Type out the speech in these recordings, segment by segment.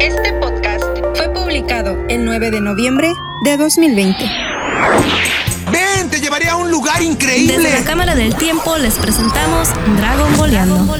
Este podcast fue publicado el 9 de noviembre de 2020. ¡Ven! ¡Te llevaré a un lugar increíble! Desde la Cámara del Tiempo les presentamos Dragon Boleando.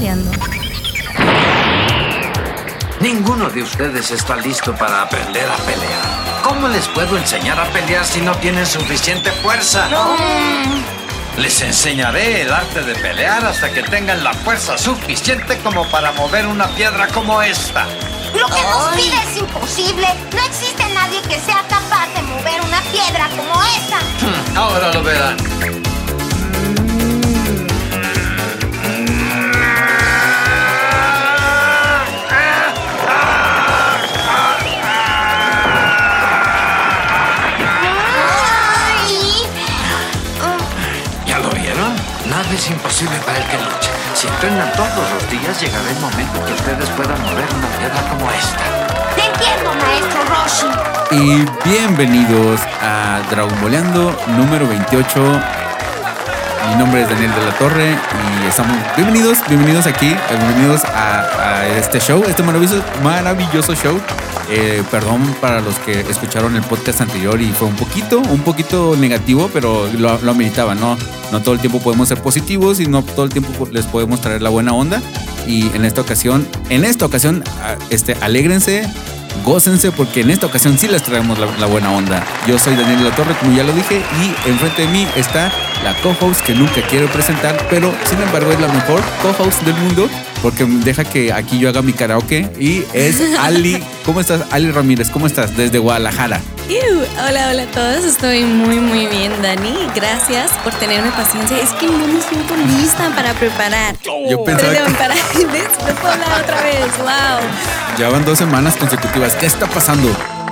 Ninguno de ustedes está listo para aprender a pelear. ¿Cómo les puedo enseñar a pelear si no tienen suficiente fuerza? No. Les enseñaré el arte de pelear hasta que tengan la fuerza suficiente como para mover una piedra como esta. Lo que nos pide es imposible. No existe nadie que sea capaz de mover una piedra como esa. Ahora lo verán. ¿Ya lo vieron? Nada es imposible para el que lucha. Si entrenan todos los días, llegará el momento que ustedes puedan mover una piedra como esta. Te entiendo, maestro Roshi. Y bienvenidos a Dragon Boleando número 28. Mi nombre es Daniel de la Torre y estamos bienvenidos aquí, bienvenidos a este show, este maravilloso show. Perdón para los que escucharon el podcast anterior y fue un poquito negativo, pero lo ameritaba, ¿no? No todo el tiempo podemos ser positivos y no todo el tiempo les podemos traer la buena onda. Y en esta ocasión, alégrense, gócense, porque en esta ocasión sí les traemos la buena onda. Yo soy Daniel de la Torre, como ya lo dije, y enfrente de mí está la co-host que nunca quiero presentar, pero sin embargo es la mejor co-host del mundo, porque deja que aquí yo haga mi karaoke, y es Ali. ¿Cómo estás, Ali Ramírez? ¿Cómo estás? Desde Guadalajara. Hola a todos, estoy muy bien, Dani. Gracias por tenerme paciencia. Es que no me siento lista para preparar. Yo pensaba no puedo hablar otra vez. Wow. Ya van 2 semanas consecutivas. ¿Qué está pasando?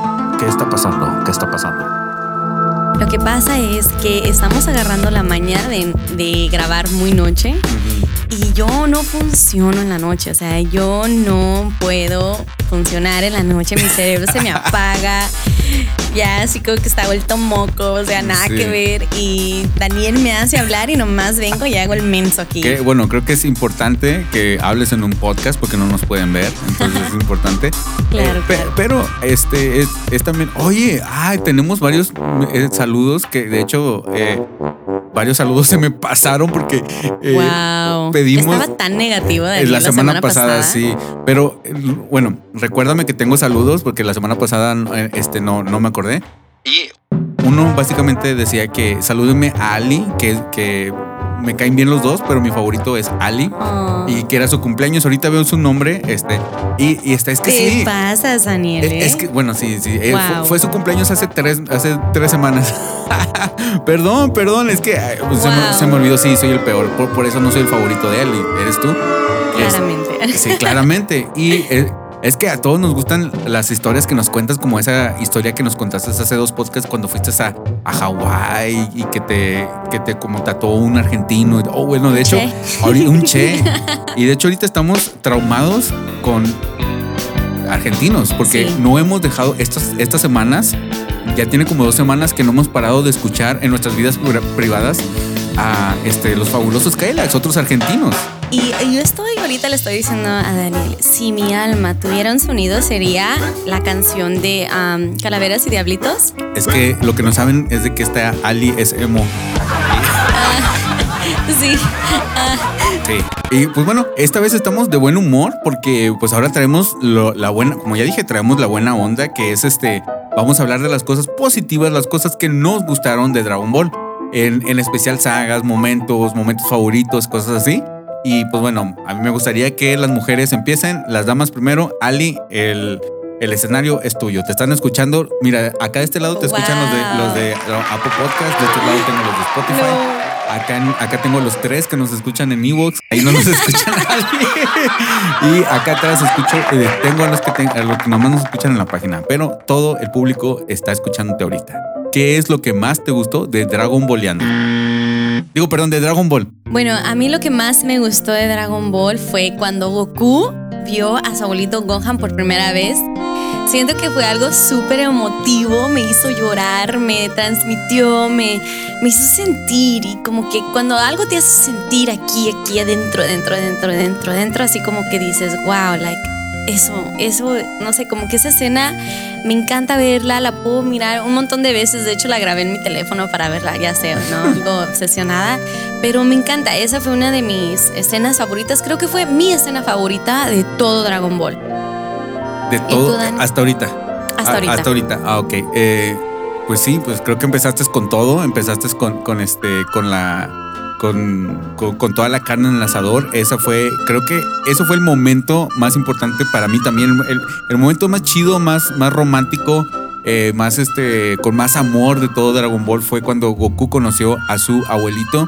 Lo que pasa es que estamos agarrando la maña de grabar muy noche. Y yo no funciono en la noche, o sea, yo no puedo funcionar en la noche, mi cerebro se me apaga, ya así como que está vuelto moco, o sea, nada que ver. Y Daniel me hace hablar y nomás vengo y hago el menso aquí. Bueno, creo que es importante que hables en un podcast porque no nos pueden ver, entonces es importante. Claro. Pero es también, oye, tenemos varios saludos que de hecho... varios saludos se me pasaron porque pedimos. Estaba tan negativo de la semana pasada, sí. Pero bueno, recuérdame que tengo saludos porque la semana pasada no me acordé. Y uno básicamente decía que salúdenme a Ali, que me caen bien los dos, pero mi favorito es Ali. Y que era su cumpleaños. Ahorita veo su nombre. Y es que sí. ¿Qué pasa, Daniel? Es que, bueno, sí. Wow. Fue su cumpleaños hace 3 semanas. Perdón, es que se me olvidó. Sí, soy el peor. Por eso no soy el favorito de él. ¿Eres tú? Claramente. Sí, claramente. Y es que a todos nos gustan las historias que nos cuentas, como esa historia que nos contaste hace 2 podcasts cuando fuiste a Hawái y que te como tatuó un argentino. Bueno, de hecho, un che. Y de hecho ahorita estamos traumados con argentinos porque no hemos dejado estas semanas. Ya tiene como 2 semanas que no hemos parado de escuchar en nuestras vidas privadas a los fabulosos Cadillacs, otros argentinos. Y yo ahorita le estoy diciendo a Daniel, si mi alma tuviera un sonido sería la canción de Calaveras y Diablitos. Es que lo que no saben es de que esta Ali es emo. Sí. Sí. Y pues bueno, esta vez estamos de buen humor porque pues ahora traemos la buena, como ya dije, traemos la buena onda, que es vamos a hablar de las cosas positivas, las cosas que nos gustaron de Dragon Ball. En especial sagas, momentos favoritos, cosas así. Y pues bueno, a mí me gustaría que las mujeres empiecen, las damas primero. Ali, el escenario es tuyo. Te están escuchando. Mira, acá de este lado te escuchan los de Apple Podcast. De este lado tengo los de Spotify. Acá tengo los 3 que nos escuchan en Evox. Ahí no nos escucha nadie. Y acá atrás tengo a los que nomás nos escuchan en la página. Pero todo el público está escuchándote ahorita. ¿Qué es lo que más te gustó de Dragon Boleando? De Dragon Ball. Bueno, a mí lo que más me gustó de Dragon Ball fue cuando Goku vio a su abuelito Gohan por primera vez. Siento que fue algo súper emotivo, me hizo llorar, me transmitió, me hizo sentir. Y como que cuando algo te hace sentir aquí adentro, así como que dices, wow, eso, no sé, como que esa escena me encanta verla, la puedo mirar un montón de veces. De hecho, la grabé en mi teléfono para verla, ya sé, ¿no? Algo obsesionada. Pero me encanta, esa fue una de mis escenas favoritas. Creo que fue mi escena favorita de todo Dragon Ball. De todo, hasta ahorita. Hasta ahorita. Ah, ok. Pues sí, pues creo que empezaste con todo. Empezaste con toda la carne en el asador. Creo que eso fue el momento más importante para mí también. El momento más chido, más romántico, con más amor de todo Dragon Ball fue cuando Goku conoció a su abuelito.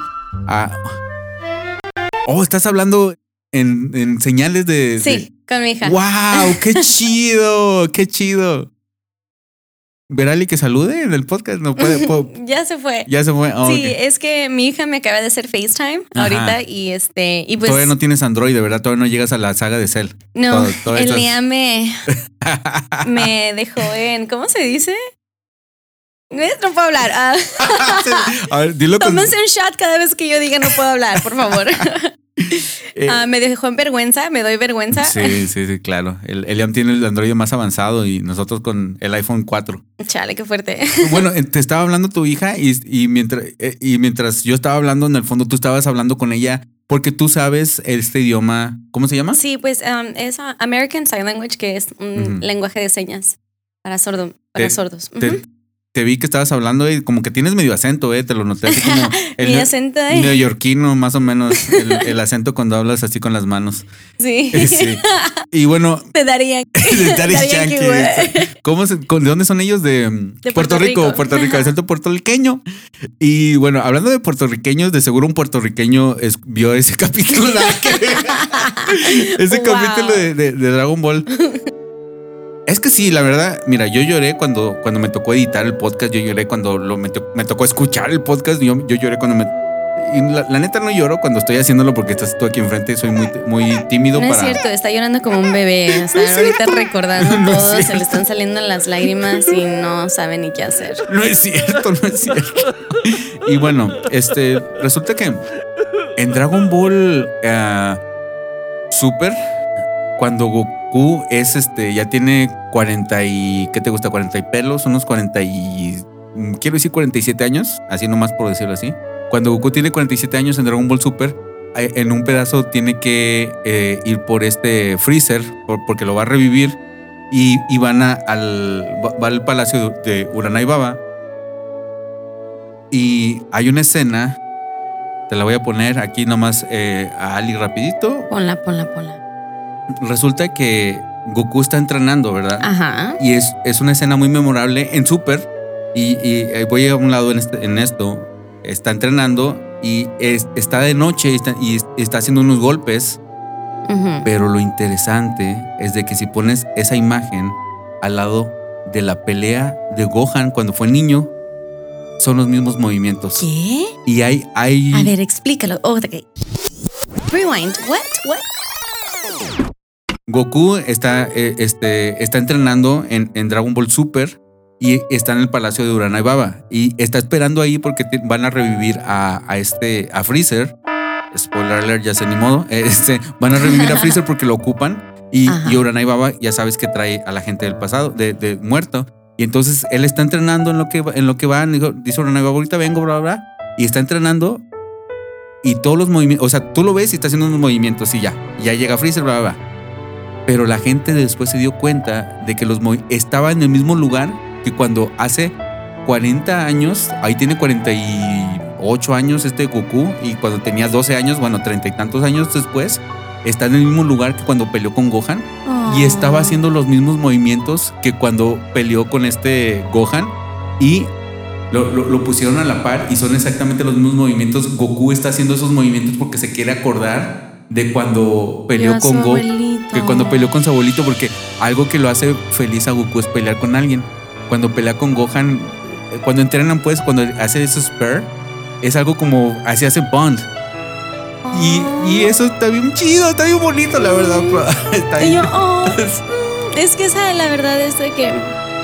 Estás hablando en señales de... Sí, con mi hija. ¡Wow! ¡Qué chido! ¡Qué chido! Verali, que salude en el podcast. No puede. Ya se fue. Oh, sí, okay. Es que mi hija me acaba de hacer FaceTime ahorita y pues. Todavía no tienes Android, de verdad. Todavía no llegas a la saga de Cell. No, el día me dejó en. ¿Cómo se dice? No puedo hablar. A ver, dilo. Tómense un shot cada vez que yo diga no puedo hablar, por favor. Me dejó en vergüenza, me doy vergüenza. Sí, claro. El Eliam tiene el Android más avanzado y nosotros con el iPhone 4. Chale, qué fuerte. Bueno, te estaba hablando tu hija y mientras yo estaba hablando, en el fondo tú estabas hablando con ella porque tú sabes este idioma. ¿Cómo se llama? Sí, pues es American Sign Language, que es un lenguaje de señas para sordos. Te vi que estabas hablando y como que tienes medio acento, te lo noté así como mi acento neoyorquino, más o menos, el acento cuando hablas así con las manos. Sí. Sí. Y bueno, te daría Yankee. ¿De dónde son ellos? De Puerto Rico, acento puertorriqueño. Y bueno, hablando de puertorriqueños, de seguro un puertorriqueño vio ese capítulo. Capítulo de Dragon Ball. Es que sí, la verdad, mira, yo lloré cuando me tocó editar el podcast, yo lloré cuando me tocó escuchar el podcast, yo lloré cuando y la neta no lloro cuando estoy haciéndolo porque estás tú aquí enfrente y soy muy tímido. No es cierto, está llorando como un bebé, está ahorita recordando todo, se le están saliendo las lágrimas y no sabe ni qué hacer. No es cierto. Y bueno, resulta que en Dragon Ball Super, cuando Goku ya tiene 40 y... ¿Qué te gusta? 40 y pelos, unos 40 y... Quiero decir 47 años, así nomás por decirlo así. Cuando Goku tiene 47 años en Dragon Ball Super, en un pedazo tiene que ir por Freezer, porque lo va a revivir, y va al palacio de Uranai Baba. Y hay una escena, te la voy a poner aquí nomás a Ali rapidito. Ponla. Resulta que Goku está entrenando, ¿verdad? Ajá. Y es una escena muy memorable en Super. Y voy a un lado en esto. Está entrenando y está de noche y está haciendo unos golpes. Uh-huh. Pero lo interesante es de que si pones esa imagen al lado de la pelea de Gohan cuando fue niño, son los mismos movimientos. ¿Qué? Y hay... A ver, explícalo. Okay. Rewind. What? Goku está entrenando en Dragon Ball Super y está en el palacio de Uranai Baba y está esperando ahí porque van a revivir a Freezer. Spoiler alert, ya sé, ni modo. Van a revivir a Freezer porque lo ocupan y Uranai Baba ya sabes que trae a la gente del pasado, de muerto. Y entonces él está entrenando en lo que van. Dice Uranai Baba, ahorita vengo, bla, bla, bla. Y está entrenando y todos los movimientos, o sea, tú lo ves y está haciendo unos movimientos y ya llega Freezer, bla, bla, bla. Pero la gente después se dio cuenta de que estaba en el mismo lugar que cuando hace 40 años, ahí tiene 48 años Goku, y cuando tenía 12 años, 30 y tantos años después, está en el mismo lugar que cuando peleó con Gohan. Oh. Y estaba haciendo los mismos movimientos que cuando peleó con Gohan, y lo pusieron a la par y son exactamente los mismos movimientos. Goku está haciendo esos movimientos porque se quiere acordar de cuando peleó con Goku, que cuando peleó con su abuelito, porque algo que lo hace feliz a Goku es pelear con alguien. Cuando pelea con Gohan, cuando entrenan, pues, cuando hace eso spare, es algo como así hace Bond. Y eso está bien chido, está bien bonito, la verdad. Está bien. Es que esa, la verdad, es de que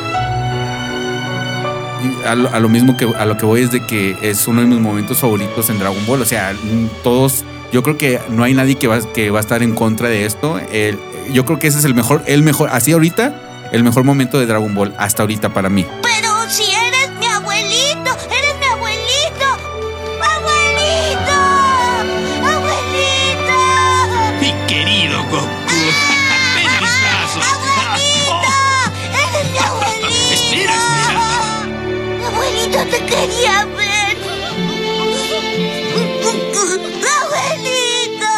a lo que voy es de que es uno de mis momentos favoritos en Dragon Ball. O sea, todos, yo creo que no hay nadie que va a estar en contra de esto. yo creo que ese es el mejor, así ahorita, el mejor momento de Dragon Ball hasta ahorita para mí. Pero si eres mi abuelito, eres mi abuelito. ¡Abuelito! ¡Abuelito! Mi querido Goku. Ven a mis brazos. ¡Abuelito! ¡Eres mi abuelito! Espera. Abuelito, te quería ver. ¡Abuelito!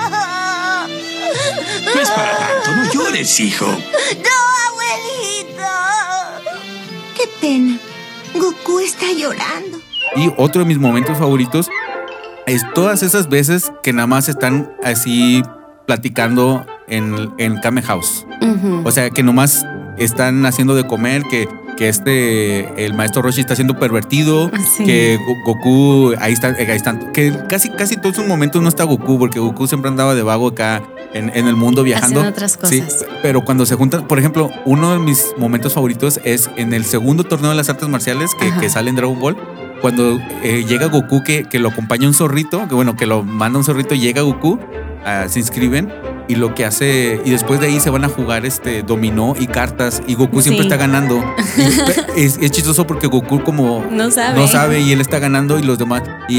No es para tanto, no llores, hijo. ¡No, abuelito! ¡Qué pena! Goku está llorando. Y otro de mis momentos favoritos es todas esas veces que nada más están así platicando en Kame House. O sea, que nomás están haciendo de comer, que el maestro Roshi está siendo pervertido, Sí. que Goku ahí están, que casi todos esos momentos no está Goku, porque Goku siempre andaba de vago acá en el mundo viajando. Haciendo otras cosas. Sí, pero cuando se juntan, por ejemplo, uno de mis momentos favoritos es en el segundo torneo de las artes marciales que sale en Dragon Ball. Cuando llega Goku, que lo acompaña un zorrito, que lo manda un zorrito, llega Goku, se inscriben y lo que hace, y después de ahí se van a jugar dominó y cartas, y Goku siempre Sí. está ganando. Es chistoso porque Goku como No sabe. y él está ganando y los demás, y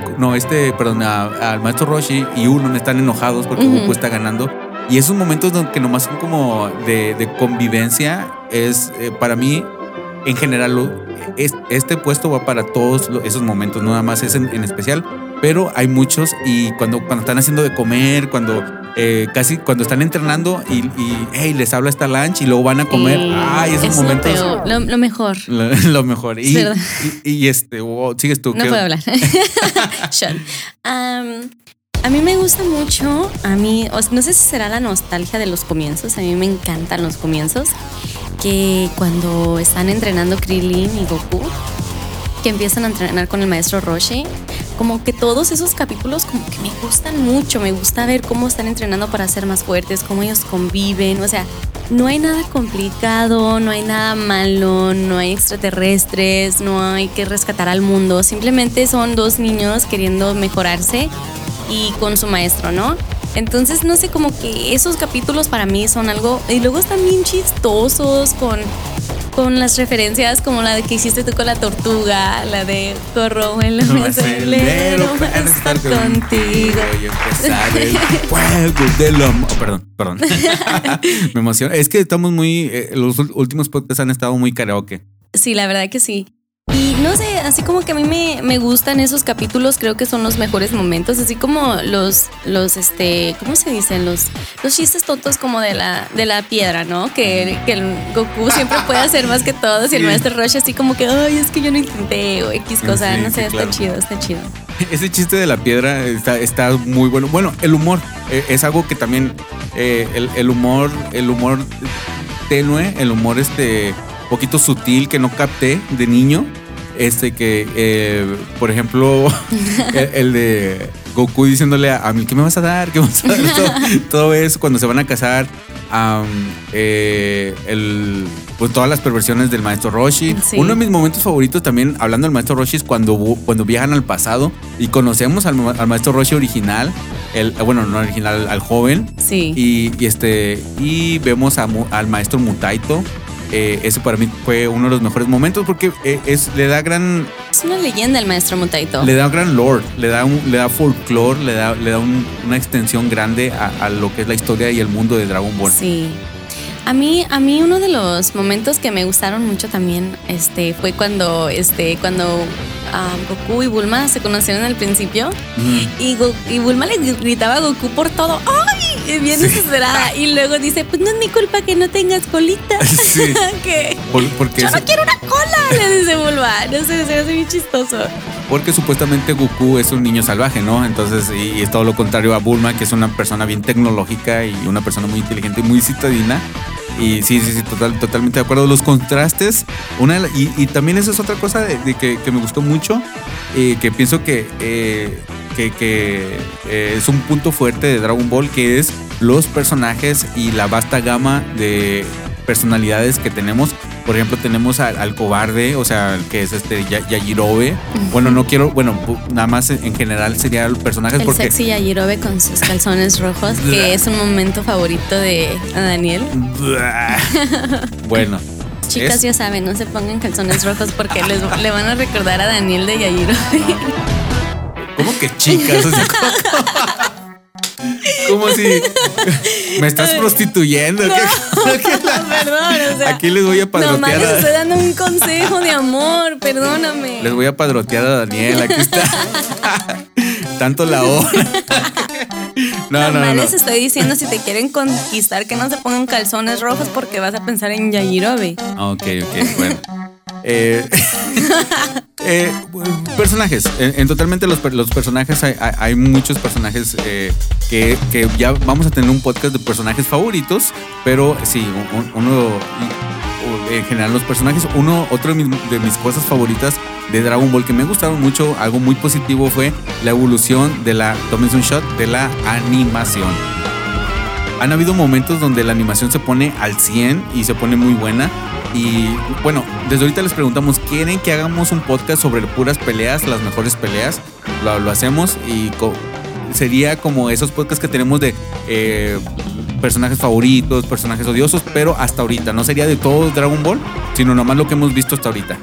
al maestro Roshi y Ulon están enojados porque Goku está ganando. Y esos momentos que nomás son como de convivencia es para mí, en general, este puesto va para todos esos momentos, no nada más es en especial, pero hay muchos. Y cuando están haciendo de comer, cuando están entrenando y les habla esta lunch y luego van a comer, esos es momentos lo mejor. lo mejor. Y ¿verdad? sigues tú. No puedo hablar. Sean. A mí me gusta mucho, no sé si será la nostalgia de los comienzos, a mí me encantan los comienzos, que cuando están entrenando Krillin y Goku, que empiezan a entrenar con el maestro Roshi, como que todos esos capítulos como que me gustan mucho, me gusta ver cómo están entrenando para ser más fuertes, cómo ellos conviven, o sea, no hay nada complicado, no hay nada malo, no hay extraterrestres, no hay que rescatar al mundo, simplemente son dos niños queriendo mejorarse y con su maestro, ¿no? Entonces, no sé, como que esos capítulos para mí son algo, y luego están bien chistosos con las referencias como la que hiciste tú con la tortuga, la de corro en el acelero para estar contigo. Y empezar el fuego del amor. Perdón. Me emociona. Es que estamos los últimos podcasts han estado muy karaoke. Sí, la verdad que sí. Y no sé, así como que a mí me gustan esos capítulos, creo que son los mejores momentos, así como los ¿cómo se dicen? Los chistes tontos como de la piedra, ¿no? Que el Goku siempre puede hacer más que todos y el maestro Roshi así como que, ay, es que yo no intenté o X cosa, Sí, no sé, sí, claro. está chido. Ese chiste de la piedra está muy bueno. Bueno, el humor es algo que también, el humor tenue, el humor poquito sutil que no capté de niño. Por ejemplo, el de Goku diciéndole a mí, ¿qué me vas a dar? ¿Qué me vas a dar? Todo eso, cuando se van a casar, pues todas las perversiones del maestro Roshi. Sí. Uno de mis momentos favoritos también, hablando del maestro Roshi, es cuando viajan al pasado y conocemos al maestro Roshi original, no original, al joven. Sí. Y vemos al maestro Mutaito. Ese para mí fue uno de los mejores momentos porque le da gran... Es una leyenda el maestro Mutaito. Le da gran lore, le da folclore, le da una extensión grande a lo que es la historia y el mundo de Dragon Ball. Sí. A mí uno de los momentos que me gustaron mucho también fue cuando Goku y Bulma se conocieron al principio y Bulma le gritaba a Goku por todo. ¡Ay! Bien desesperada. Y luego dice, pues no es mi culpa que no tengas colita. Sí. Que Porque yo no quiero una cola, le dice Bulma. No sé, se hace bien chistoso. Porque supuestamente Goku es un niño salvaje, ¿no? Entonces, y es todo lo contrario a Bulma, que es una persona bien tecnológica y una persona muy inteligente y muy citadina. Y sí, totalmente de acuerdo. Los contrastes, y también eso es otra cosa de que me gustó mucho, que pienso que es un punto fuerte de Dragon Ball, que es los personajes y la vasta gama de personalidades que tenemos Por ejemplo, tenemos al cobarde, o sea, que es Yajirobe. Bueno, no quiero, nada más en general sería el personaje el porque... sexy Yajirobe con sus calzones rojos, que es un momento favorito de Daniel. Bueno. Chicas, ya saben, no se pongan calzones rojos porque le van a recordar a Daniel de Yajirobe. ¿Cómo que chicas? O sea, como si me estás prostituyendo. No, perdón, o sea, aquí les voy a padrotear. Nomás les estoy dando un consejo de amor, perdóname. Les voy a padrotear a Daniel, aquí está. Tanto la hora. No. Les estoy diciendo, si te quieren conquistar, que no se pongan calzones rojos porque vas a pensar en Yajirobe. Ok, bueno. Personajes. En totalmente los personajes hay muchos personajes que ya vamos a tener un podcast de personajes favoritos, pero sí, uno en general los personajes. Otro de mis cosas favoritas de Dragon Ball que me gustaron mucho, algo muy positivo, fue la evolución tómense un shot, de la animación. Han habido momentos donde la animación se pone al 100 y se pone muy buena. Y bueno, desde ahorita les preguntamos, ¿quieren que hagamos un podcast sobre puras peleas, las mejores peleas? Lo hacemos y sería como esos podcasts que tenemos de personajes favoritos, personajes odiosos, pero hasta ahorita. No sería de todo Dragon Ball, sino nomás lo que hemos visto hasta ahorita.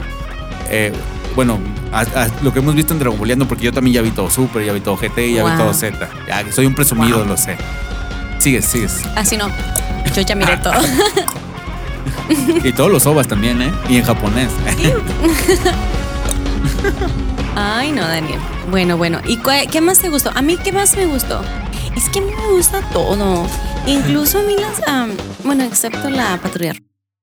Lo que hemos visto en Dragon Balleando, porque yo también ya vi todo Super, ya vi todo GT, ya vi todo Z. Ya soy un presumido, lo sé. Sigues. Así no, yo ya miré todo. Y todos los ovas también, y en japonés. Ay, no, Daniel. Bueno. ¿Y qué más te gustó? A mí, ¿qué más me gustó? Es que a mí me gusta todo. Incluso a mí excepto la patrulla.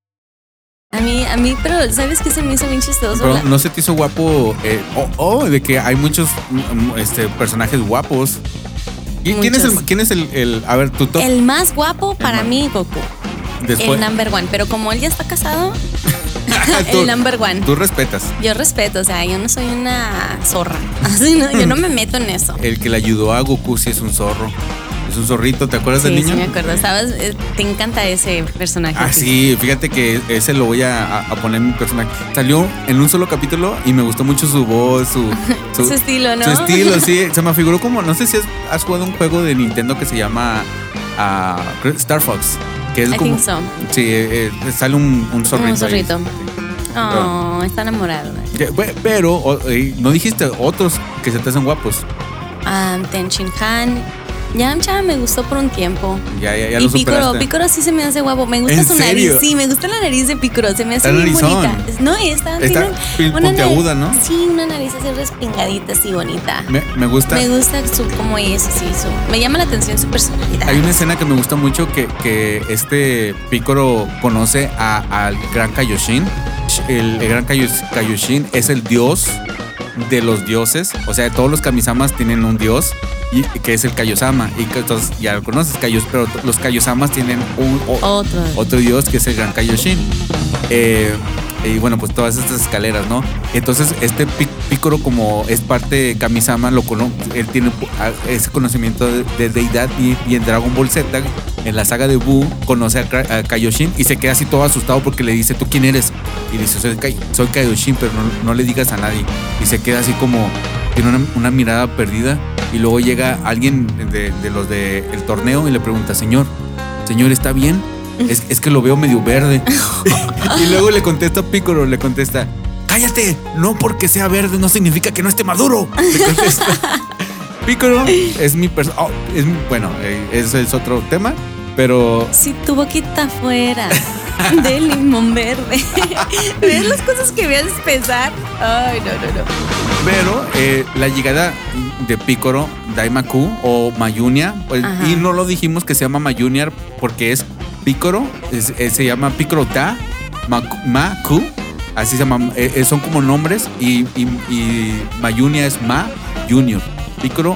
A mí, pero ¿sabes qué se me hizo bien chistoso? Pero ¿no se te hizo guapo? De que hay muchos personajes guapos. ¿Quién es el a ver, tu top? El más guapo para mí, Goku. Después. El number one. Pero como él ya está casado, el number one. Tú respetas. Yo respeto, o sea, yo no soy una zorra. Así, ¿no? Yo no me meto en eso. El que le ayudó a Goku sí es un zorro. Es un zorrito, ¿te acuerdas del niño? Sí, me acuerdo. Te encanta ese personaje. Sí, fíjate que ese lo voy a poner en mi personaje. Salió en un solo capítulo y me gustó mucho su voz, su estilo, ¿no? Su estilo, sí. Se me figuró como, no sé si has jugado un juego de Nintendo que se llama Star Fox. Que es como, think so. Sí, sale un zorrito. Un zorrito. Está enamorado. Pero no dijiste otros que se te hacen guapos. Ten Shin Han. Yamcha me gustó por un tiempo. Ya y lo superaste. Piccolo sí se me hace guapo. Me gusta ¿En su serio? nariz. Sí, me gusta la nariz de Piccolo. Se me hace Está bien narizón. bonita. No, está puntiaguda, ¿no? Sí, una nariz así respingadita, así bonita. Me gusta. Me gusta como es, sí, me llama la atención su personalidad. Hay una escena que me gusta mucho que Piccolo conoce al Gran Kaioshin. El Gran Kaioshin es el dios de los dioses. O sea, todos los Kamisamas tienen un dios, que es el Kaiosama. Y entonces ya lo conoces, pero los Kaiosamas tienen otro dios, que es el Gran Kaioshin. Y bueno, pues todas estas escaleras, ¿no? Entonces Piccolo, como es parte de Kamisama, él tiene ese conocimiento de deidad, y en Dragon Ball Z, en la saga de Buu, conoce a Kaioshin y se queda así todo asustado porque le dice, ¿tú quién eres? Y dice, soy Kaioshin, pero no le digas a nadie. Y se queda así como, tiene una mirada perdida, y luego llega alguien de los del torneo y le pregunta, señor, ¿está bien? Es que lo veo medio verde. Y luego le contesta Piccolo, cállate, no porque sea verde no significa que no esté maduro. Le contesta. Piccolo es mi persona. Bueno, ese es otro tema, pero... Si tu boquita fuera de limón verde. ¿Ves las cosas que veas pesar? Ay, no. Pero la llegada de Piccolo, Daimaku o Mayunia, pues, y no lo dijimos que se llama Mayunia porque es Piccolo, se llama Piccolo Maku, así se llama, son como nombres, y Mayunia es Ma Junior. Piccolo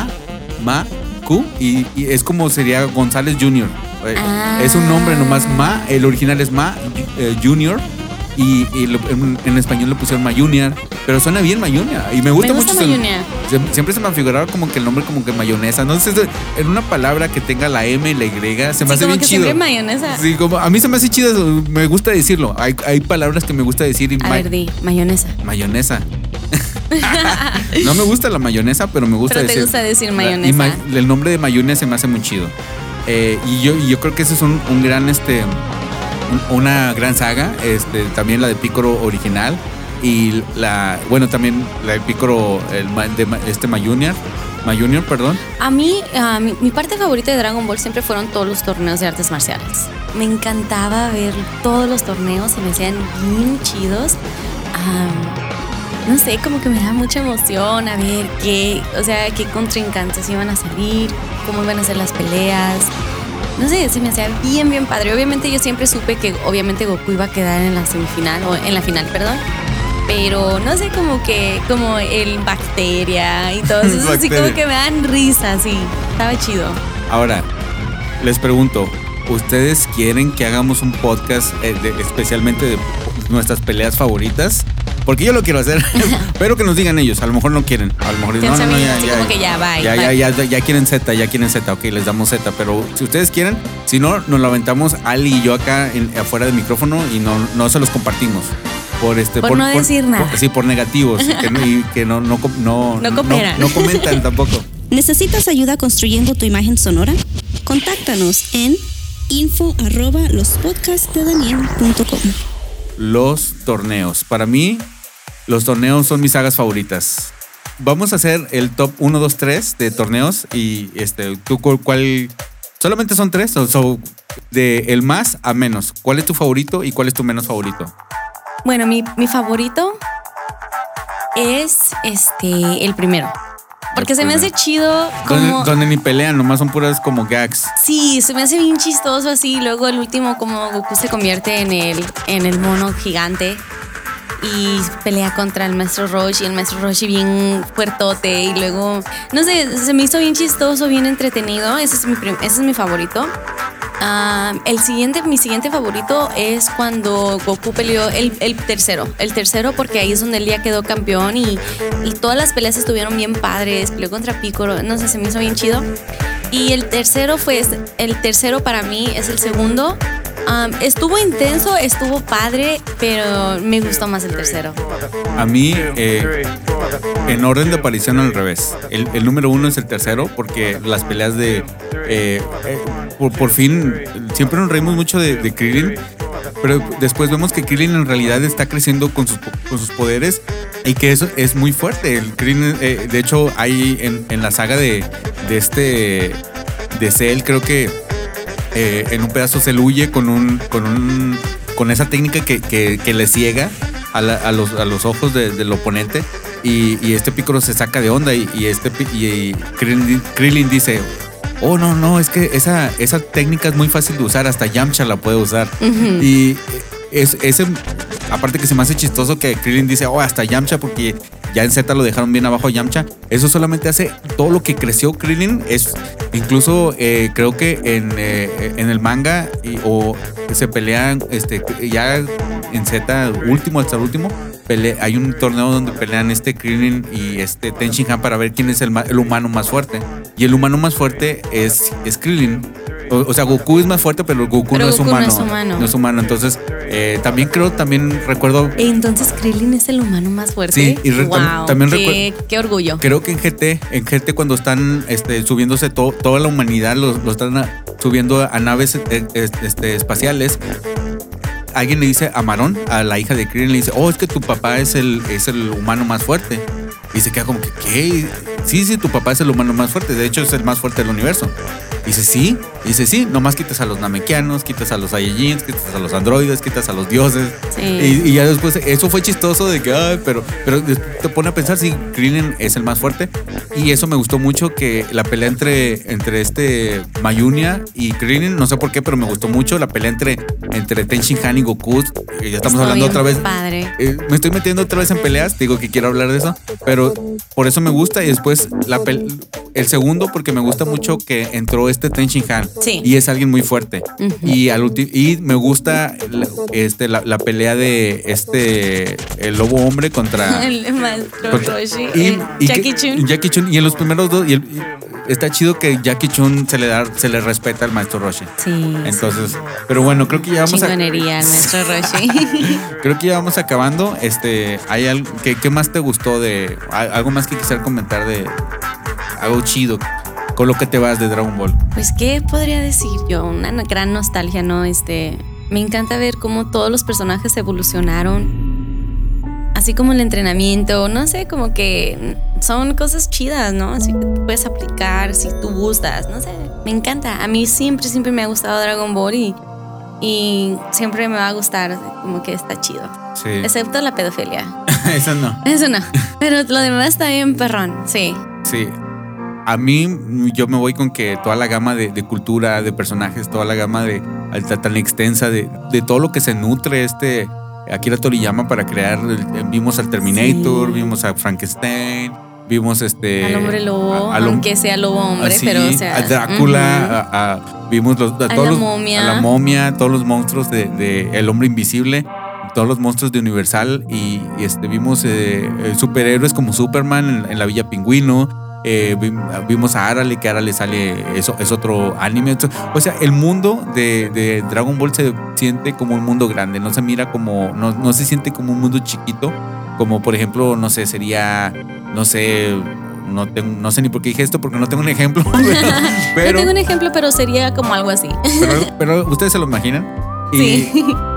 Maku, y es como sería González Junior. Es un nombre nomás, Ma, el original es Ma Junior, y en español le pusieron Mayunia. Pero suena bien Mayunia. Y me gusta mucho. Mayunia. Siempre se me ha figurado como que el nombre como que mayonesa. No sé, en una palabra que tenga la M y la Y se me hace bien chido. Siempre mayonesa. Sí, como a mí se me hace chido. Me gusta decirlo. Hay palabras que me gusta decir. A ver, di, mayonesa. Mayonesa. No me gusta la mayonesa, pero me gusta pero decir. Pero te gusta decir mayonesa. El nombre de Mayunia se me hace muy chido. Y yo creo que ese es un gran una gran saga. También la de Picoro original. Y también la de Picoro, Mayunior, perdón. A mí, mi parte favorita de Dragon Ball siempre fueron todos los torneos de artes marciales. Me encantaba ver todos los torneos, se me hacían bien chidos. No sé, como que me da mucha emoción a ver qué contrincantes iban a salir, cómo iban a ser las peleas. No sé, se me hacía bien, bien padre. Obviamente yo siempre supe que obviamente Goku iba a quedar en la semifinal, o en la final, perdón. Pero no sé, como el Bacteria y todo eso, así como que me dan risa, sí. Estaba chido. Ahora, les pregunto, ¿ustedes quieren que hagamos un podcast especialmente de nuestras peleas favoritas? Porque yo lo quiero hacer, pero que nos digan ellos. A lo mejor no quieren. A lo mejor no, como que ya, bye. Ya quieren Z, ok, les damos Z. Pero si ustedes quieren, si no, nos lo aventamos Ali y yo acá afuera del micrófono y no se los compartimos. Por no decir nada. Sí, por negativos. que no cooperan. No comentan tampoco. ¿Necesitas ayuda construyendo tu imagen sonora? Contáctanos en info@lospodcastdedaniel.com. Los torneos. Para mí, los torneos son mis sagas favoritas. Vamos a hacer el top 1, 2, 3 de torneos. Y ¿tú cuál? Solamente son 3. De el más a menos. ¿Cuál es tu favorito y cuál es tu menos favorito? Bueno, mi favorito es el primero. Porque se me hace chido como... Donde ni pelean, nomás son puras como gags. Sí, se me hace bien chistoso así. Luego el último, como Goku se convierte en el mono gigante y pelea contra el maestro Roshi. Y el maestro Roshi bien fuertote. Y luego, no sé, se me hizo bien chistoso, bien entretenido. Ese es mi favorito. Mi siguiente favorito es cuando Goku peleó el tercero. El tercero, porque ahí es donde él ya quedó campeón y todas las peleas estuvieron bien padres. Peleó contra Piccolo, no sé, se me hizo bien chido. Y el tercero para mí es el segundo. Estuvo intenso, estuvo padre, pero me gustó más el tercero. A mí, en orden de aparición al revés. El número 1 es el tercero, porque las peleas por fin, siempre nos reímos mucho de Krillin, pero después vemos que Krillin en realidad está creciendo con sus poderes y que eso es muy fuerte. El Krillin, de hecho, hay en la saga de Cell, creo que en un pedazo se huye con esa técnica que le ciega a los ojos del oponente y este Piccolo se saca de onda y Krillin dice: oh, no, es que esa técnica es muy fácil de usar, hasta Yamcha la puede usar. Uh-huh. Y aparte que se me hace chistoso que Krillin dice: oh, hasta Yamcha, porque ya en Z lo dejaron bien abajo a Yamcha. Eso solamente hace todo lo que creció Krillin. Incluso creo que en el manga o se pelean ya en Z último hasta el último. Hay un torneo donde pelean Krillin y Ten Shin Han para ver quién es el humano más fuerte. Y el humano más fuerte es Krillin. O sea, Goku es más fuerte, pero Goku no es humano. No es humano. Entonces, también recuerdo. Entonces, Krillin es el humano más fuerte. Sí, y wow, también recuerdo. Qué orgullo. Creo que en GT cuando están subiéndose toda la humanidad, lo están subiendo a naves espaciales. Alguien le dice a Marón, a la hija de Krillin, le dice: oh, es que tu papá es el humano más fuerte. Y se queda como que, ¿qué? Sí, tu papá es el humano más fuerte. De hecho, es el más fuerte del universo. Dice: sí. Dice: sí, nomás quitas a los Namekianos, quitas a los Saiyajins, quitas a los androides, quitas a los dioses. Sí. Y ya después, eso fue chistoso de que, pero te pone a pensar si Krillin es el más fuerte. Y eso me gustó mucho, que la pelea entre Mayunia y Krillin, no sé por qué, pero me gustó mucho la pelea entre Ten Shin Han y Goku. Ya estamos hablando otra vez. Padre. Me estoy metiendo otra vez en peleas, digo que quiero hablar de eso, pero por eso me gusta. Y después el segundo porque me gusta mucho que entró Ten Shin Han. Sí. Y es alguien muy fuerte. Y me gusta la pelea de el lobo hombre contra el maestro Roshi. Jackie Chun. Y en los primeros dos, está chido que Jackie Chun se le respeta al maestro Roshi. Sí. Entonces, pero bueno, creo que ya vamos chingonería al maestro Roshi. Creo que ya vamos acabando. ¿Hay algo qué más te gustó de algo más que quisiera comentar de algo chido con lo que te vas de Dragon Ball? Pues qué podría decir yo, una gran nostalgia, ¿no? Me encanta ver cómo todos los personajes evolucionaron, así como el entrenamiento, no sé, como que son cosas chidas, ¿no? Así que tú puedes aplicar si tú gustas, no sé, me encanta. A mí siempre me ha gustado Dragon Ball y siempre me va a gustar, como que está chido. Sí. Excepto la pedofilia. Eso no. Pero lo demás está bien perrón, sí. Sí. A mí, yo me voy con que toda la gama de cultura, de personajes, toda la gama tan extensa de todo lo que se nutre Akira Toriyama para crear. Vimos al Terminator, vimos a Frankenstein, vimos al hombre lobo, aunque sea lobo hombre, así, pero o sea. A Drácula, vimos a la momia, todos los monstruos de El Hombre Invisible, todos los monstruos de Universal y vimos superhéroes como Superman en la Villa Pingüino. Vimos a Arale, que Arale sale, es otro anime. O sea, el mundo de Dragon Ball se siente como un mundo grande, no se mira como, no se siente como un mundo chiquito, como por ejemplo, no sé, sería, no sé ni por qué dije esto porque no tengo un ejemplo. Pero no tengo un ejemplo, pero sería como algo así. Pero ustedes se lo imaginan. Sí.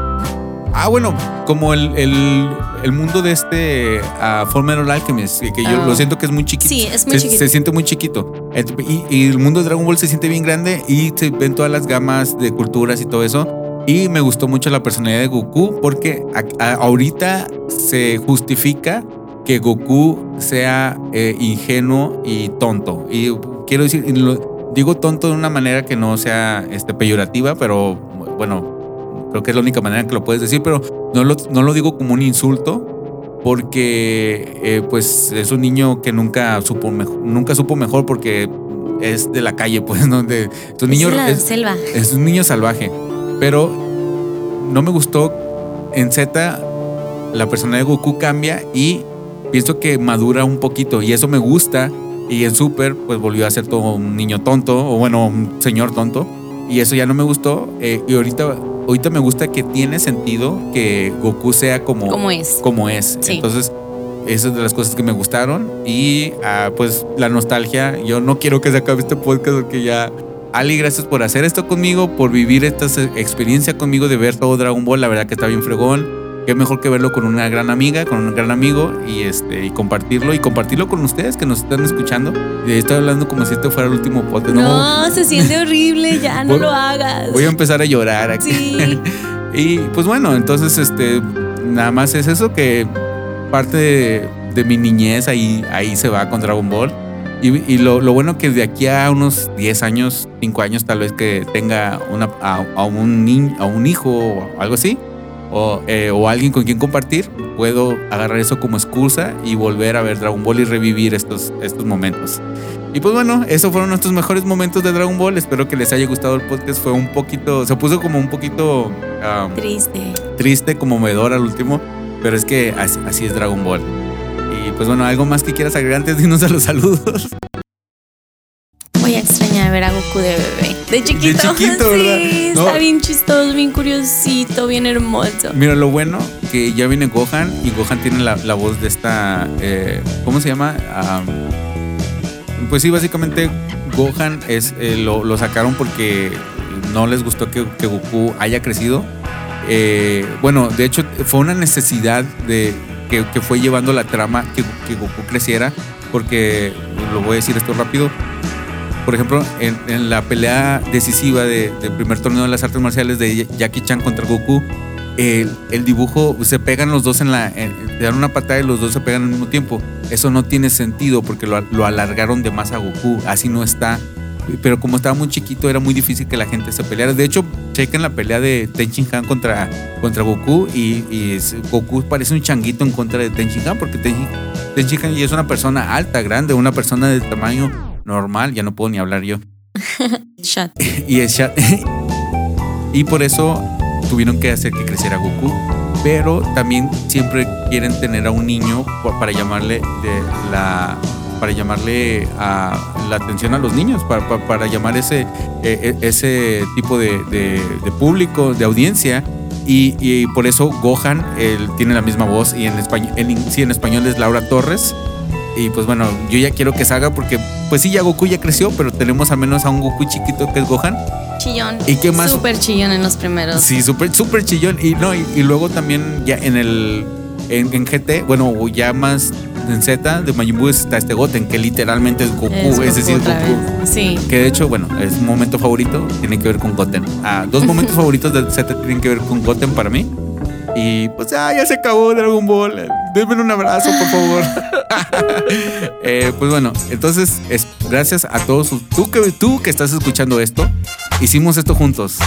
Bueno, como el mundo de Fullmetal Alchemist, que yo lo siento que es muy chiquito. Sí, es muy chiquito. Se siente muy chiquito. Y el mundo de Dragon Ball se siente bien grande y se ven todas las gamas de culturas y todo eso. Y me gustó mucho la personalidad de Goku porque ahorita se justifica que Goku sea ingenuo y tonto. Y quiero decir, digo tonto de una manera que no sea peyorativa, pero bueno, creo que es la única manera en que lo puedes decir, pero no lo digo como un insulto porque pues es un niño que nunca supo mejor porque es de la calle, pues, ¿no? Es un niño, selva. Es un niño salvaje, pero no me gustó. En Z la personalidad de Goku cambia y pienso que madura un poquito y eso me gusta, y en Super pues volvió a ser todo un niño tonto, o bueno, un señor tonto, y eso ya no me gustó. Y ahorita me gusta que tiene sentido que Goku sea como es. Sí. Entonces, esas es de las cosas que me gustaron. Y pues la nostalgia. Yo no quiero que se acabe este podcast porque ya. Ali, gracias por hacer esto conmigo, por vivir esta experiencia conmigo de ver todo Dragon Ball. La verdad que está bien fregón. Qué mejor que verlo con una gran amiga, con un gran amigo y compartirlo con ustedes que nos están escuchando. Estoy hablando como si este fuera el último podcast. No, se siente horrible, ya no lo hagas. Voy a empezar a llorar aquí. Sí. Y pues bueno, entonces nada más es eso, que parte de mi niñez ahí se va con Dragon Ball. Y lo bueno que de aquí a unos 10 años, 5 años tal vez, que tenga a un hijo o algo así, o alguien con quien compartir, puedo agarrar eso como excusa y volver a ver Dragon Ball y revivir estos momentos. Y pues bueno, esos fueron nuestros mejores momentos de Dragon Ball. Espero que les haya gustado el podcast. Se puso como un poquito triste, conmovedor al último, pero es que así es Dragon Ball. Y pues bueno, ¿algo más que quieras agregar antes de irnos a los saludos? Voy a extrañar ver a Goku de bebé. De chiquito, ¿verdad? Sí, no. Está bien chistoso, bien curiosito, bien hermoso. Mira, lo bueno que ya viene Gohan, y Gohan tiene la voz de esta... ¿cómo se llama? Pues sí, básicamente Gohan lo sacaron porque no les gustó que Goku haya crecido. Bueno, de hecho fue una necesidad que fue llevando la trama que Goku creciera, porque lo voy a decir esto rápido. Por ejemplo, en la pelea decisiva del primer torneo de las artes marciales de Jackie Chan contra Goku, el dibujo, se pegan los dos te dan una patada y los dos se pegan al mismo tiempo. Eso no tiene sentido porque lo alargaron de más a Goku, así no está. Pero como estaba muy chiquito, era muy difícil que la gente se peleara. De hecho, chequen la pelea de Ten Shin Han contra Goku, y Goku parece un changuito en contra de Ten Shin Han, porque Ten Shin Han ya es una persona alta, grande, una persona de tamaño normal, ya no puedo ni hablar yo. Shut. Y es Shat. Y por eso tuvieron que hacer que creciera Goku. Pero también siempre quieren tener a un niño para llamarle a la atención a los niños, para llamar ese tipo de público, de audiencia. Y por eso Gohan él tiene la misma voz y en español es Laura Torres. Y pues bueno, yo ya quiero que salga porque pues sí, ya Goku ya creció, pero tenemos al menos a un Goku chiquito que es Gohan. Chillón. ¿Y qué más? Súper chillón en los primeros. Sí, súper chillón. Y luego también ya en GT, bueno, ya más en Z de Majin Buu está este Goten, que literalmente es Goku, es decir, Goku. Sí. Que de hecho, bueno, es un momento favorito, tiene que ver con Goten. 2 momentos favoritos de Z tienen que ver con Goten para mí. Y pues ya se acabó Dragon Ball. Denme un abrazo, por favor. Pues bueno, entonces gracias a todos. Tú que estás escuchando esto, hicimos esto juntos.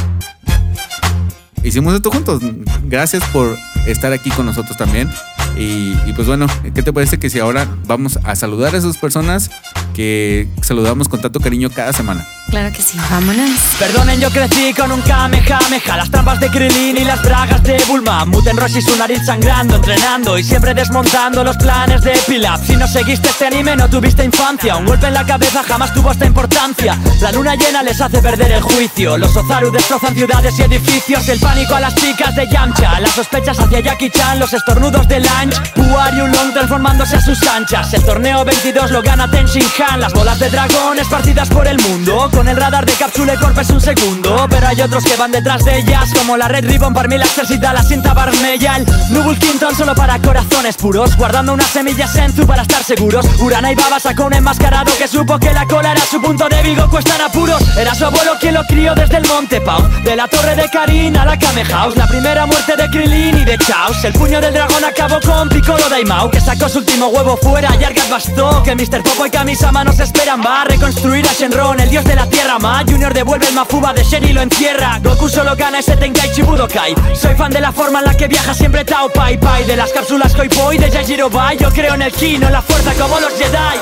Gracias por estar aquí con nosotros también. Y pues bueno, ¿qué te parece que si ahora vamos a saludar a esas personas que saludamos con tanto cariño cada semana? Claro que sí, vámonos. Perdonen, yo crecí con un Kamehameha, las trampas de Krillin y las bragas de Bulma, Muten Roshi, su nariz sangrando, entrenando y siempre desmontando los planes de Pilaf. Si no seguiste este anime no tuviste infancia, un golpe en la cabeza jamás tuvo esta importancia. La luna llena les hace perder el juicio, los Ozaru destrozan ciudades y edificios, el pánico a las chicas de Yamcha, las sospechas hacia Jackie Chan, los estornudos de Lange, Puar y Ulong transformándose a sus anchas. El torneo 22 lo gana Ten Shin Han, las bolas de dragón esparcidas por el mundo. Con el radar de Capsule Corp es un segundo, pero hay otros que van detrás de ellas, como la Red Ribbon, Parmil Access y la cinta Barmella. El Nubul Quinton solo para corazones puros, guardando unas semillas Senzu para estar seguros. Urana y Baba sacó un enmascarado que supo que la cola era su punto débil, Goku están apuros. Era su abuelo quien lo crió desde el Monte Pau, de la torre de Karin a la Kame House, la primera muerte de Krillin y de Chaos. El puño del dragón acabó con Piccolo Daimao, que sacó su último huevo fuera. Y Argat bastó, que Mr. Popo y Kamisama nos esperan. Va a reconstruir a Shenron, el dios de la tierra. Ma Junior devuelve el Mafuba de Shen y lo encierra. Goku solo gana ese Tenkaichi Budokai. Soy fan de la forma en la que viaja siempre Tao Pai Pai, de las cápsulas Koi Poi de Yajiro Bai. Yo creo en el Ki, no en la fuerza como los Jedi.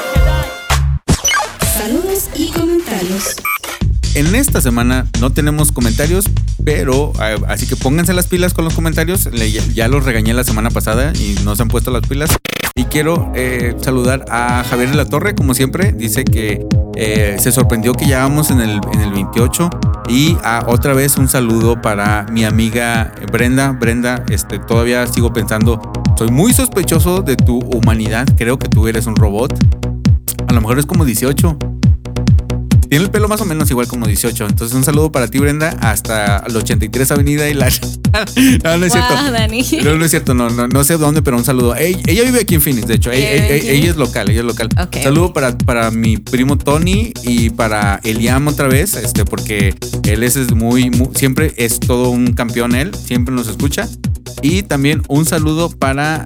Saludos y comentarios. En esta semana no tenemos comentarios, pero así que pónganse las pilas con los comentarios. Ya los regañé la semana pasada y no se han puesto las pilas. Y quiero saludar a Javier de la Torre, como siempre. Dice que se sorprendió que ya vamos en el 28. Y otra vez un saludo para mi amiga Brenda. Brenda, todavía sigo pensando, soy muy sospechoso de tu humanidad. Creo que tú eres un robot. A lo mejor es como 18. Tiene el pelo más o menos igual como 18. Entonces un saludo para ti, Brenda, hasta la 83 Avenida y la... No es cierto. Dani. No es cierto, no sé dónde, pero un saludo. Ella vive aquí en Phoenix, de hecho. Ella es local, Okay. Saludo para mi primo Tony y para Eliam otra vez, porque él es muy, siempre es todo un campeón él, siempre nos escucha. Y también un saludo para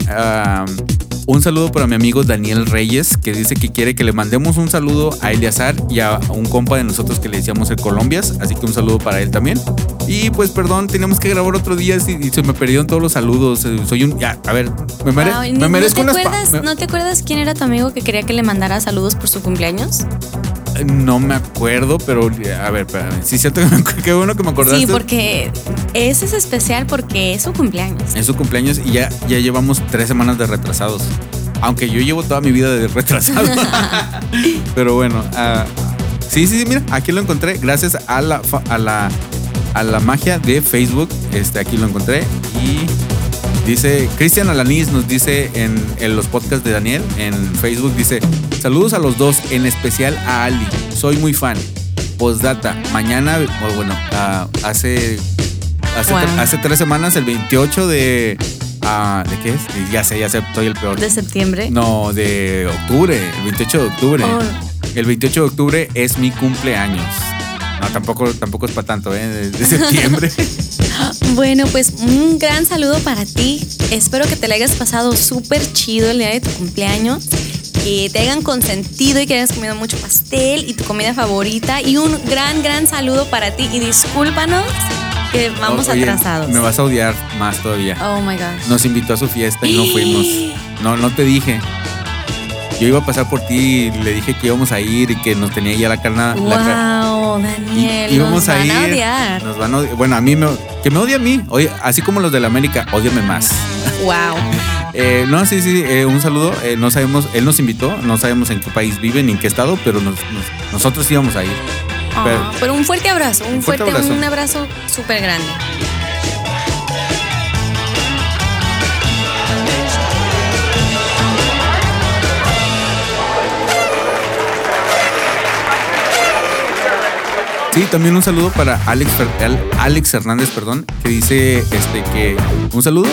mi amigo Daniel Reyes, que dice que quiere que le mandemos un saludo a Eleazar y a un compa de nosotros que le decíamos el Colombias, así que un saludo para él también. Y pues perdón, teníamos que grabar otro día y se me perdieron todos los saludos. Soy un... Ya, a ver, me merezco unas... ¿No te acuerdas quién era tu amigo que quería que le mandara saludos por su cumpleaños? No me acuerdo, pero a ver, espérame. Sí, cierto, qué bueno que me acordaste. Sí, porque ese es especial porque es su cumpleaños. Es su cumpleaños y ya llevamos 3 semanas de retrasados. Aunque yo llevo toda mi vida de retrasado. Pero bueno, sí, mira, aquí lo encontré. Gracias a la magia de Facebook. Aquí lo encontré. Y dice, Cristian Alanís nos dice en los podcasts de Daniel, en Facebook, dice: saludos a los dos, en especial a Ali. Soy muy fan. Postdata, mañana, bueno, hace 3 semanas, el 28 ¿de qué es? Ya sé, soy el peor. ¿De septiembre? No, de octubre, el 28 de octubre. Oh. El 28 de octubre es mi cumpleaños. No, tampoco es para tanto, de septiembre. Bueno, pues un gran saludo para ti. Espero que te la hayas pasado súper chido el día de tu cumpleaños. Que te hayan consentido y que hayas comido mucho pastel y tu comida favorita. Y un gran saludo para ti. Y discúlpanos que vamos atrasados. Me vas a odiar más todavía. Oh my gosh. Nos invitó a su fiesta y no fuimos. No te dije. yo iba a pasar por ti y le dije que íbamos a ir y que nos tenía ya la carne. Wow, Daniel, íbamos nos van a ir. a odiar. Nos van a odiar. Bueno, que me odie a mí. Oye, así como los de la América, ódiame más. Wow. No, sí, un saludo. No sabemos, él nos invitó, no sabemos en qué país vive ni en qué estado, pero nosotros íbamos a ir. Pero un fuerte abrazo, un abrazo súper grande. Sí, también un saludo para Alex Hernández, que dice que un saludo.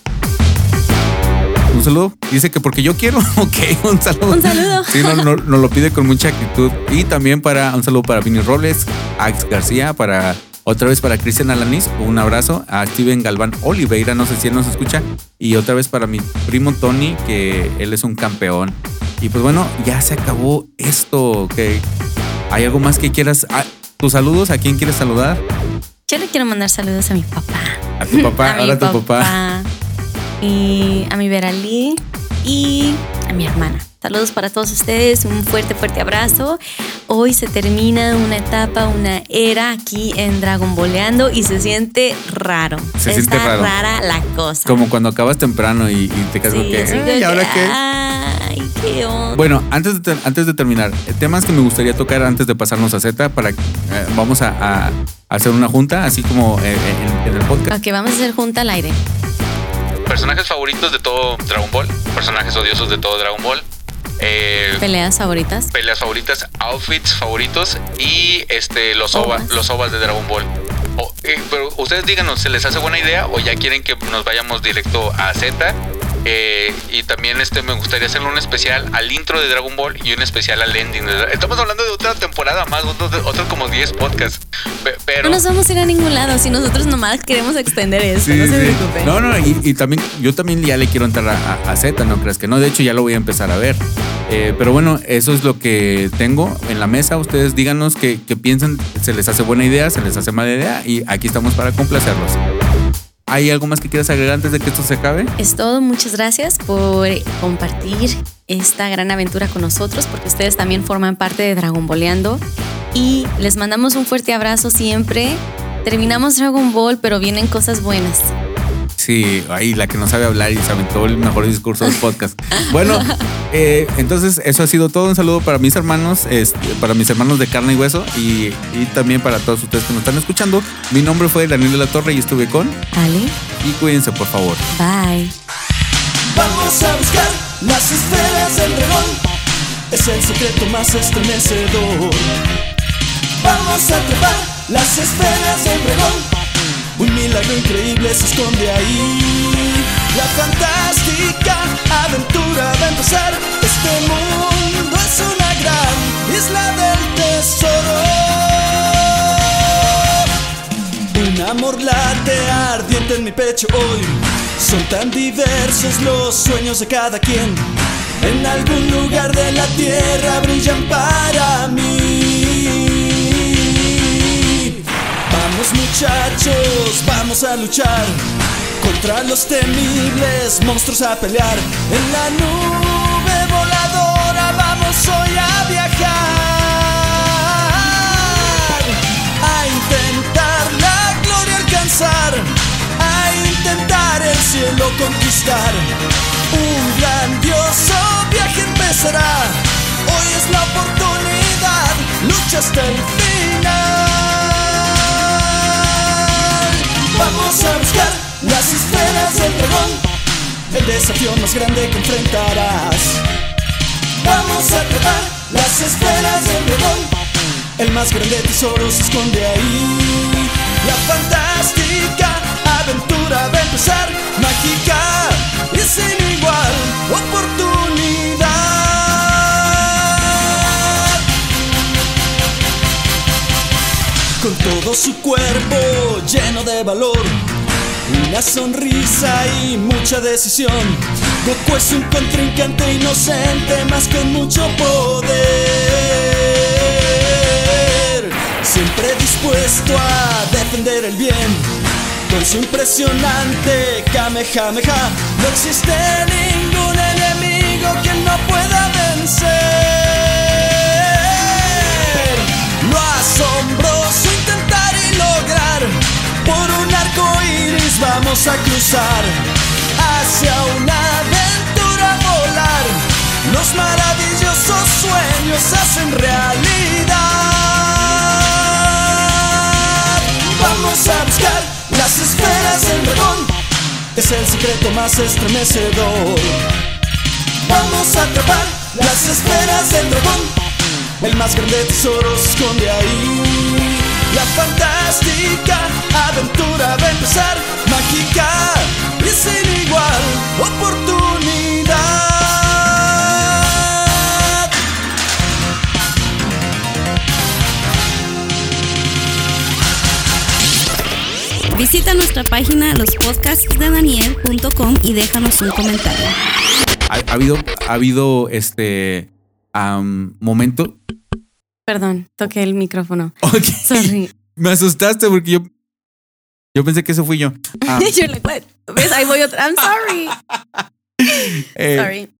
Dice que porque yo quiero. Ok, un saludo. Un saludo. Sí, nos lo pide con mucha actitud. Y también un saludo para Vini Robles, Ax García, otra vez para Cristian Alanis, un abrazo. A Steven Galván Oliveira, no sé si él nos escucha. Y otra vez para mi primo Tony, que él es un campeón. Y pues bueno, ya se acabó esto. ¿Hay algo más que quieras? ¿Tus saludos? ¿A quién quieres saludar? Yo le quiero mandar saludos a mi papá. A tu papá, ahora tu papá. Y a mi Veralí y a mi hermana. Saludos para todos ustedes, un fuerte abrazo. Hoy se termina una etapa, una era aquí en Dragon Balleando y se siente raro. Está rara la cosa. Como cuando acabas temprano y te quedas con que... ¿Y ahora qué? Ay, qué onda. Bueno, antes de terminar, temas que me gustaría tocar antes de pasarnos a Z vamos a hacer una junta, así como en el podcast. Ok, vamos a hacer junta al aire. Personajes favoritos de todo Dragon Ball, personajes odiosos de todo Dragon Ball. Peleas favoritas, outfits favoritos y los OVAs de Dragon Ball. Pero ustedes díganos, ¿se les hace buena idea o ya quieren que nos vayamos directo a Z? Y también me gustaría hacerle un especial al intro de Dragon Ball y un especial al ending. Estamos hablando de otra temporada más, otro como 10 podcasts. Pero no nos vamos a ir a ningún lado si nosotros nomás queremos extender esto. Sí, no se preocupen. No, y también yo también ya le quiero entrar a Z, ¿no crees que no? De hecho ya lo voy a empezar a ver. Pero bueno, eso es lo que tengo en la mesa. Ustedes díganos qué piensan, se les hace buena idea, se les hace mala idea y aquí estamos para complacerlos. ¿Hay algo más que quieras agregar antes de que esto se acabe? Es todo, muchas gracias por compartir esta gran aventura con nosotros, porque ustedes también forman parte de Dragon Balleando y les mandamos un fuerte abrazo siempre. Terminamos Dragon Ball, pero vienen cosas buenas. Sí, ahí la que no sabe hablar y se aventó el mejor discurso del podcast. Bueno, entonces eso ha sido todo. Un saludo para mis hermanos, para mis hermanos de carne y hueso y también para todos ustedes que nos están escuchando. Mi nombre fue Daniel de la Torre y estuve con Ale. Y cuídense, por favor. Bye. Vamos a buscar las esferas del dragón. Es el secreto más estremecedor. Vamos a trepar las esferas del dragón. Un milagro increíble se esconde ahí. La fantástica aventura va a empezar. Este mundo es una gran isla del tesoro. Un amor late ardiente en mi pecho hoy. Son tan diversos los sueños de cada quien. En algún lugar de la tierra brillan para mí. Vamos muchachos, vamos a luchar contra los temibles monstruos a pelear. En la nube voladora vamos hoy a viajar, a intentar la gloria alcanzar, a intentar el cielo conquistar. Un grandioso viaje empezará, hoy es la oportunidad, lucha hasta el final. Vamos a buscar las esferas del dragón, el desafío más grande que enfrentarás. Vamos a trepar las esferas del dragón, el más grande tesoro se esconde ahí. La fantástica aventura va a empezar, mágica y sin igual oportunidad. Con todo su cuerpo lleno de valor, una sonrisa y mucha decisión, Goku es un contrincante inocente, más con mucho poder. Siempre dispuesto a defender el bien, con su impresionante Kamehameha. No existe ningún enemigo que no pueda vencer. vencer. Lo asombroso intentar y lograr. Por un arco iris vamos a cruzar hacia una aventura volar. Los maravillosos sueños hacen realidad. Vamos a buscar las esferas del dragón. Es el secreto más estremecedor. Vamos a atrapar las esferas del dragón. El más grande tesoro se esconde ahí. La fantástica aventura va a empezar. Mágica y sin igual oportunidad. Visita nuestra página lospodcastsdedaniel.com y déjanos un comentario. Ha habido momento. Perdón, toqué el micrófono. Okay. Sorry. Me asustaste porque yo pensé que eso fui yo. You're like, what? ¿Ves? Ahí voy otra. I'm sorry. Sorry.